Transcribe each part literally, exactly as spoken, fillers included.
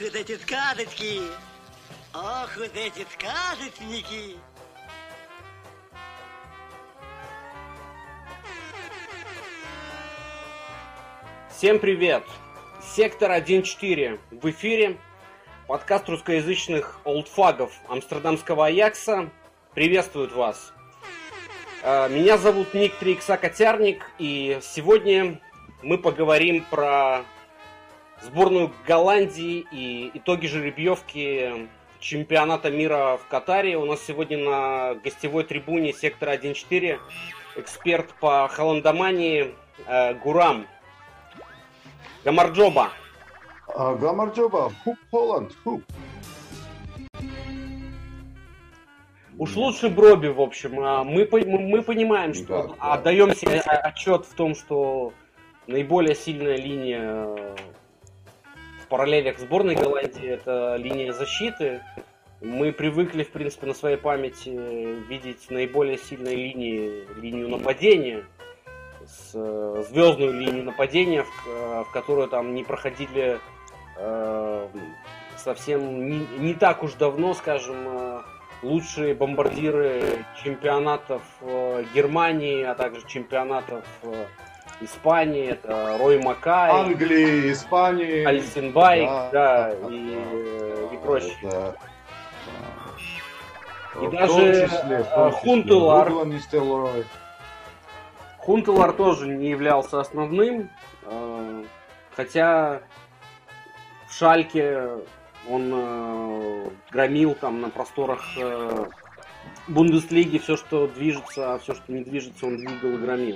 вот эти сказочки! Ох, вот эти сказочники! Всем привет! Сектор один четыре в эфире. Подкаст русскоязычных олдфагов амстердамского Аякса приветствует вас. Меня зовут Ник три икса Котярник, и сегодня мы поговорим про сборную Голландии и итоги жеребьевки чемпионата мира в Катаре. У нас сегодня на гостевой трибуне сектора один четыре эксперт по холландомании э, Гурам. Гамарджоба. Uh, Гамарджоба, хуп Холланд, хуп. Уж лучше Броби, в общем. Мы, мы, мы понимаем, что да, да. отдаем себе отчет в том, что наиболее сильная линия в параллелях сборной Голландии — это линия защиты. Мы привыкли, в принципе, на своей памяти видеть наиболее сильной линии, линию нападения, с звездную линию нападения, в, в которую там не проходили э, совсем не, не так уж давно, скажем, э, лучшие бомбардиры чемпионатов э, Германии, а также чемпионатов э, Испании. Это Рой Маккай, Англии, Испании, Альсенбайк, да, да, да, и, да, и прочее. Да. И в даже числе, Хунтелар. Хунтелар тоже не являлся основным, хотя в Шальке он громил там на просторах Бундеслиги все, что движется, а все, что не движется, он двигал и громил.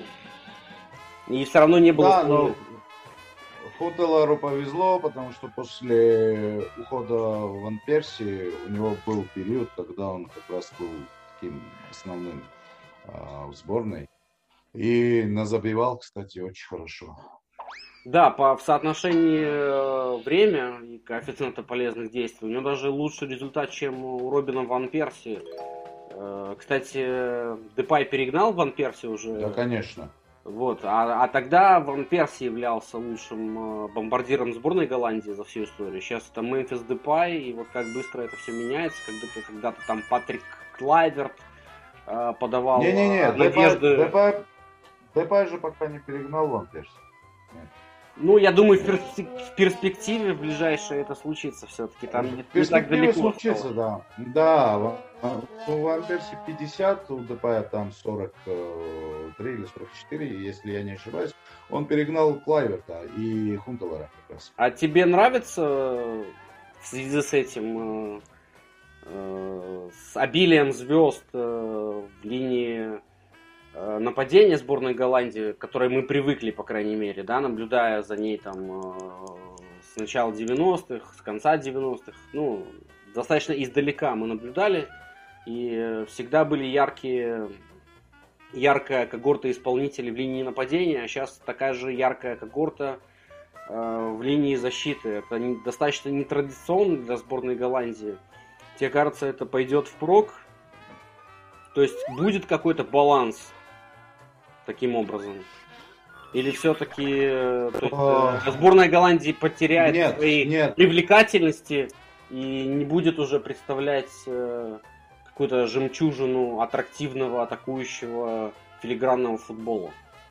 И все равно не было... Да, но Хунтелару повезло, потому что после ухода Ван Перси у него был период, когда он как раз был таким основным в сборной. И назабивал, кстати, очень хорошо. Да, по, в соотношении э, время и коэффициента полезных действий у него даже лучший результат, чем у Робина Ван Перси. Э, кстати, Депай перегнал Ван Перси уже. Да, конечно. Вот, а, а тогда Ван Перси являлся лучшим э, бомбардиром сборной Голландии за всю историю. Сейчас это Мемфис Депай, и вот как быстро это все меняется, когда-то, когда-то там Патрик Клайверт э, подавал Не-не-не, надежды... Депай... Депай же пока не перегнал Ван Перси. Ну, я думаю, в, перспек... в перспективе в ближайшее это случится все-таки. Там не, не так далеко случится, да. Да, у Ван Перси пятьдесят, у Депая там сорок три или сорок четыре, если я не ошибаюсь. Он перегнал Клайверта и Хунтелара как раз. А тебе нравится в связи с этим, э, с обилием звезд э, в линии нападение сборной Голландии, к которой мы привыкли, по крайней мере, да, наблюдая за ней там с начала девяностых, с конца девяностых, ну, достаточно издалека мы наблюдали, и всегда были яркие, яркая когорта исполнителей в линии нападения, а сейчас такая же яркая когорта э, в линии защиты. Это не, достаточно нетрадиционно для сборной Голландии. Тебе кажется, это пойдет впрок? То есть будет какой-то баланс таким образом? Или все-таки то есть, сборная Голландии потеряет нет, свои нет. привлекательности и не будет уже представлять э, какую-то жемчужину аттрактивного, атакующего, филигранного футбола?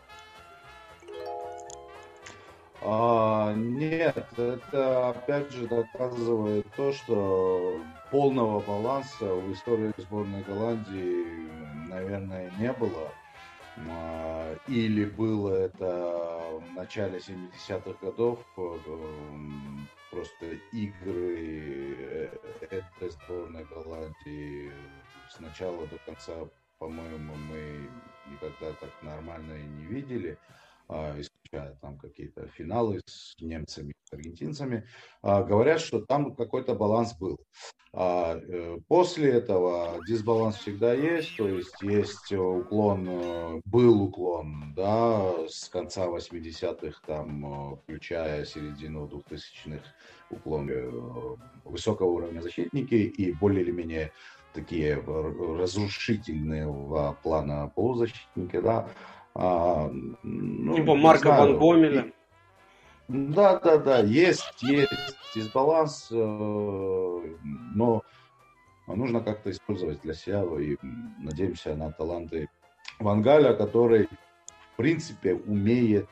А, нет, это опять же доказывает то, что полного баланса в истории сборной Голландии, наверное, не было. Или было это в начале семидесятых годов, просто игры этой сборной Голландии с начала до конца, по-моему, мы никогда так нормально и не видели, исключая там какие-то финалы с немцами, с аргентинцами. Говорят, что там какой-то баланс был. После этого дисбаланс всегда есть, то есть есть уклон, был уклон, да, с конца восьмидесятых, там, включая середину двухтысячных, уклон высокого уровня защитники и более или менее такие разрушительные плана полузащитники, да. А, ну, типа Марка Ван Бомеля. Да, да, да, есть, есть дисбаланс, э, но нужно как-то использовать для себя, и надеемся на таланты Ван Галя, который, в принципе, умеет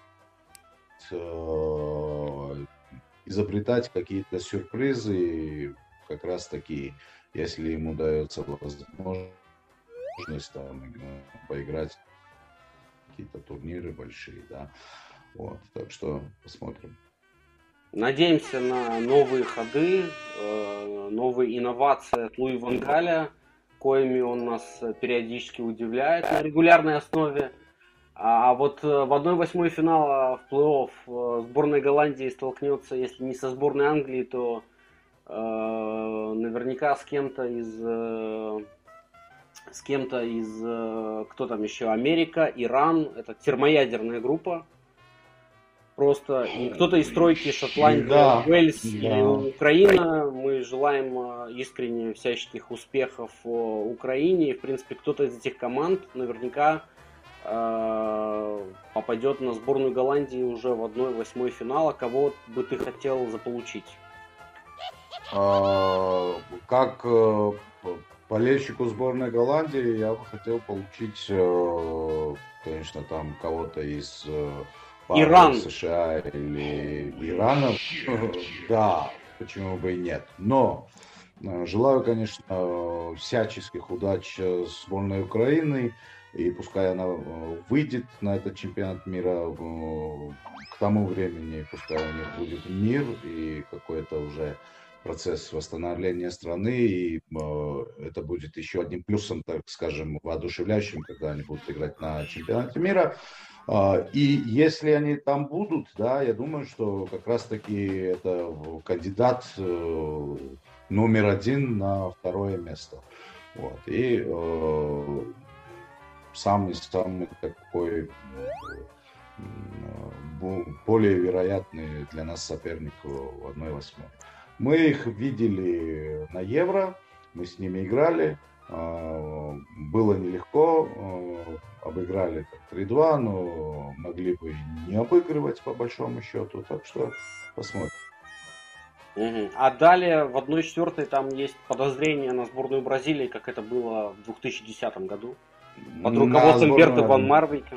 э, изобретать какие-то сюрпризы, как раз таки, если ему дается возможность там, поиграть в какие-то турниры большие, да. Вот, так что посмотрим. Надеемся на новые ходы, э, новые инновации от Луи Ван Галя, коими он нас периодически удивляет на регулярной основе. А вот в одной восьмой финала в плей-офф сборная Голландии столкнется, если не со сборной Англии, то э, наверняка с кем-то из э, с кем-то из э, кто там еще, Америка, Иран, это термоядерная группа. Просто и кто-то из тройки Шотландия, да, Уэльс да. или Украина. Мы желаем искренне всяческих успехов Украине. И, в принципе, кто-то из этих команд наверняка э, попадет на сборную Голландии уже в одной восьмой финала. Кого бы ты хотел заполучить? А, как э, болельщику сборной Голландии я бы хотел получить, э, конечно, там кого-то из э, Иран. США или Ирана. Да, почему бы и нет. Но э, желаю, конечно, всяческих удач сборной Украины. И пускай она выйдет на этот чемпионат мира, к тому времени пускай у них будет мир и какой-то уже процесс восстановления страны, и э, это будет еще одним плюсом, так скажем, воодушевляющим, когда они будут играть на чемпионате мира. Э, и если они там будут, да, я думаю, что как раз-таки это кандидат э, номер один на второе место. Вот. И э, самый-самый такой э, более вероятный для нас соперник в одной восьмой. Мы их видели на Евро, мы с ними играли, было нелегко, обыграли три-два, но могли бы не обыгрывать по большому счету, так что посмотрим. Угу. А далее в одной четвертой там есть подозрение на сборную Бразилии, как это было в две тысячи десятом году, под руководством Берта ван Марвейка.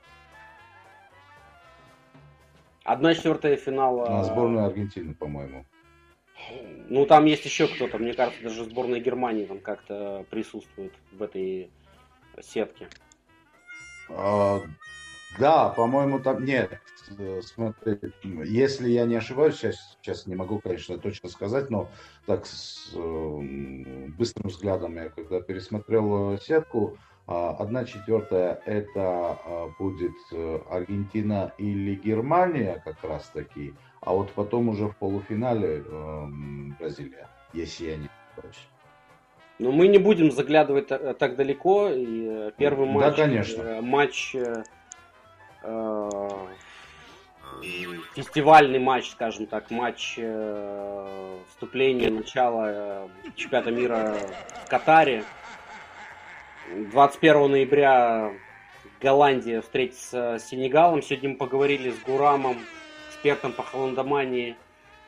одна четвертая финала... На сборную Аргентины, по-моему. Ну, там есть еще кто-то. Мне кажется, даже сборная Германии там как-то присутствует в этой сетке. А, да, по-моему, там... Нет, смотри, если я не ошибаюсь, сейчас, сейчас не могу, конечно, точно сказать, но так с э, быстрым взглядом я когда пересмотрел сетку, одна четвертая это будет Аргентина или Германия как раз таки, а вот потом уже в полуфинале э, Бразилия, если я не ошибаюсь. Но мы не будем заглядывать так далеко. И первый матч, да, конечно. матч э, фестивальный матч, скажем так, матч э, вступления, начала чемпионата мира в Катаре. двадцать первого ноября Голландия встретится с Сенегалом. Сегодня мы поговорили с Гурамом, экспертом по холландомании,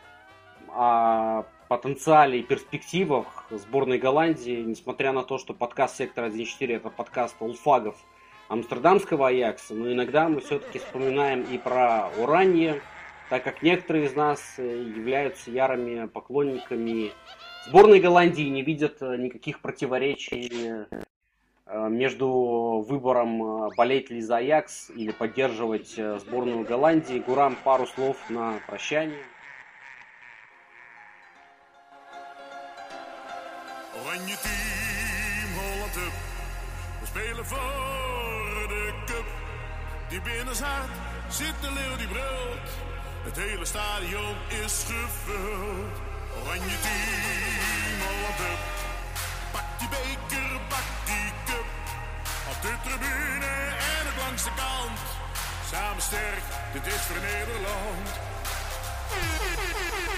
о потенциале и перспективах сборной Голландии, несмотря на то, что подкаст «Сектор один четыре» это подкаст олдфагов амстердамского Аякса, но иногда мы все-таки вспоминаем и про Оранье, так как некоторые из нас являются ярыми поклонниками сборной Голландии и не видят никаких противоречий между выбором болеть ли за Аякс или поддерживать сборную Голландии. Гурам, пару слов на прощание. Oranje team, Holland up. We spelen voor de cup. Die binnenshard zit de leeuw die brult. Het hele stadion is gevuld. Oranje team, Holland up. Pak die beker, pak die cup. Op de tribune en ook langs de kant. Samen sterk, dit is voor Nederland.